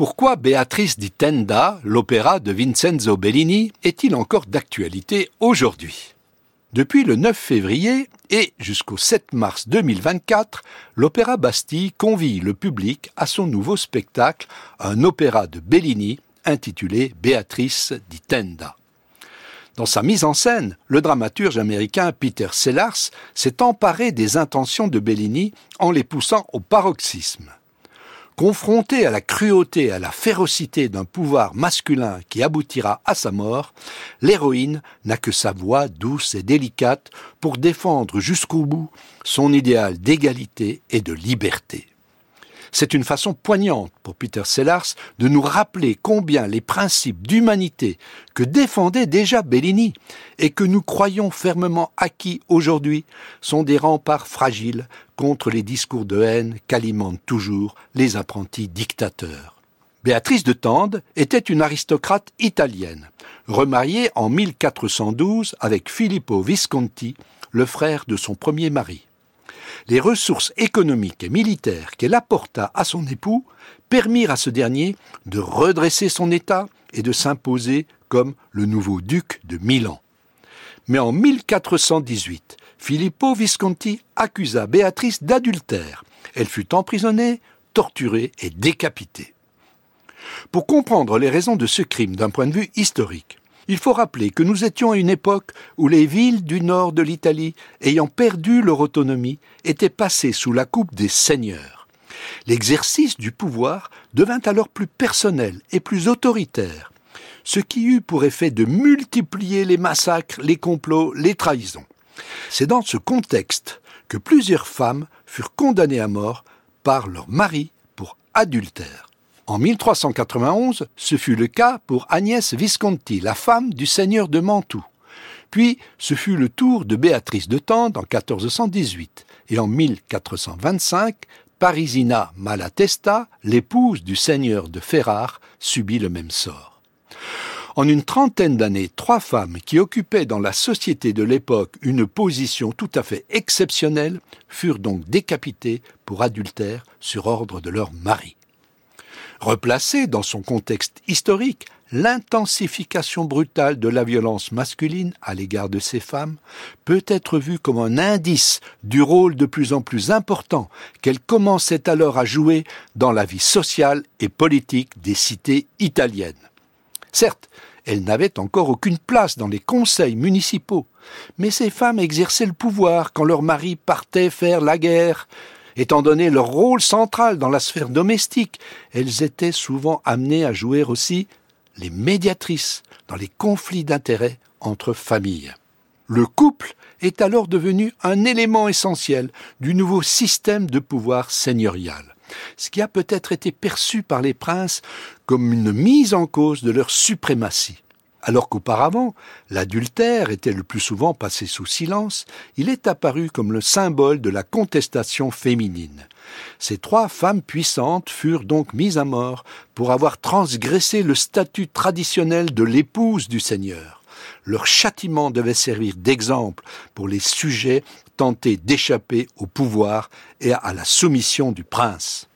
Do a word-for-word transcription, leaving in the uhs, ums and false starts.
Pourquoi Béatrice di Tenda, l'opéra de Vincenzo Bellini, est-il encore d'actualité aujourd'hui ? Depuis le neuf février et jusqu'au sept mars deux mille vingt-quatre, l'Opéra Bastille convie le public à son nouveau spectacle, un opéra de Bellini intitulé Béatrice di Tenda. Dans sa mise en scène, le dramaturge américain Peter Sellars s'est emparé des intentions de Bellini en les poussant au paroxysme. Confrontée à la cruauté et à la férocité d'un pouvoir masculin qui aboutira à sa mort, l'héroïne n'a que sa voix douce et délicate pour défendre jusqu'au bout son idéal d'égalité et de liberté. C'est une façon poignante pour Peter Sellars de nous rappeler combien les principes d'humanité que défendait déjà Bellini et que nous croyons fermement acquis aujourd'hui sont des remparts fragiles contre les discours de haine qu'alimentent toujours les apprentis dictateurs. Béatrice de Tende était une aristocrate italienne, remariée en mille quatre cent douze avec Filippo Visconti, le frère de son premier mari. Les ressources économiques et militaires qu'elle apporta à son époux permirent à ce dernier de redresser son État et de s'imposer comme le nouveau duc de Milan. Mais en mille quatre cent dix-huit, Filippo Visconti accusa Béatrice d'adultère. Elle fut emprisonnée, torturée et décapitée. Pour comprendre les raisons de ce crime d'un point de vue historique, il faut rappeler que nous étions à une époque où les villes du nord de l'Italie, ayant perdu leur autonomie, étaient passées sous la coupe des seigneurs. L'exercice du pouvoir devint alors plus personnel et plus autoritaire, ce qui eut pour effet de multiplier les massacres, les complots, les trahisons. C'est dans ce contexte que plusieurs femmes furent condamnées à mort par leur mari pour adultère. En mille trois cent quatre-vingt-onze, ce fut le cas pour Agnès Visconti, la femme du seigneur de Mantoue. Puis, ce fut le tour de Béatrice de Tende en quatorze cent dix-huit. Et en mille quatre cent vingt-cinq, Parisina Malatesta, l'épouse du seigneur de Ferrare, subit le même sort. En une trentaine d'années, trois femmes qui occupaient dans la société de l'époque une position tout à fait exceptionnelle furent donc décapitées pour adultère sur ordre de leur mari. Replacée dans son contexte historique, l'intensification brutale de la violence masculine à l'égard de ces femmes peut être vue comme un indice du rôle de plus en plus important qu'elles commençaient alors à jouer dans la vie sociale et politique des cités italiennes. Certes, elles n'avaient encore aucune place dans les conseils municipaux, mais ces femmes exerçaient le pouvoir quand leurs maris partaient faire la guerre. Étant donné leur rôle central dans la sphère domestique, elles étaient souvent amenées à jouer aussi les médiatrices dans les conflits d'intérêts entre familles. Le couple est alors devenu un élément essentiel du nouveau système de pouvoir seigneurial, ce qui a peut-être été perçu par les princes comme une mise en cause de leur suprématie. Alors qu'auparavant, l'adultère était le plus souvent passé sous silence, il est apparu comme le symbole de la contestation féminine. Ces trois femmes puissantes furent donc mises à mort pour avoir transgressé le statut traditionnel de l'épouse du Seigneur. Leur châtiment devait servir d'exemple pour les sujets tentés d'échapper au pouvoir et à la soumission du prince.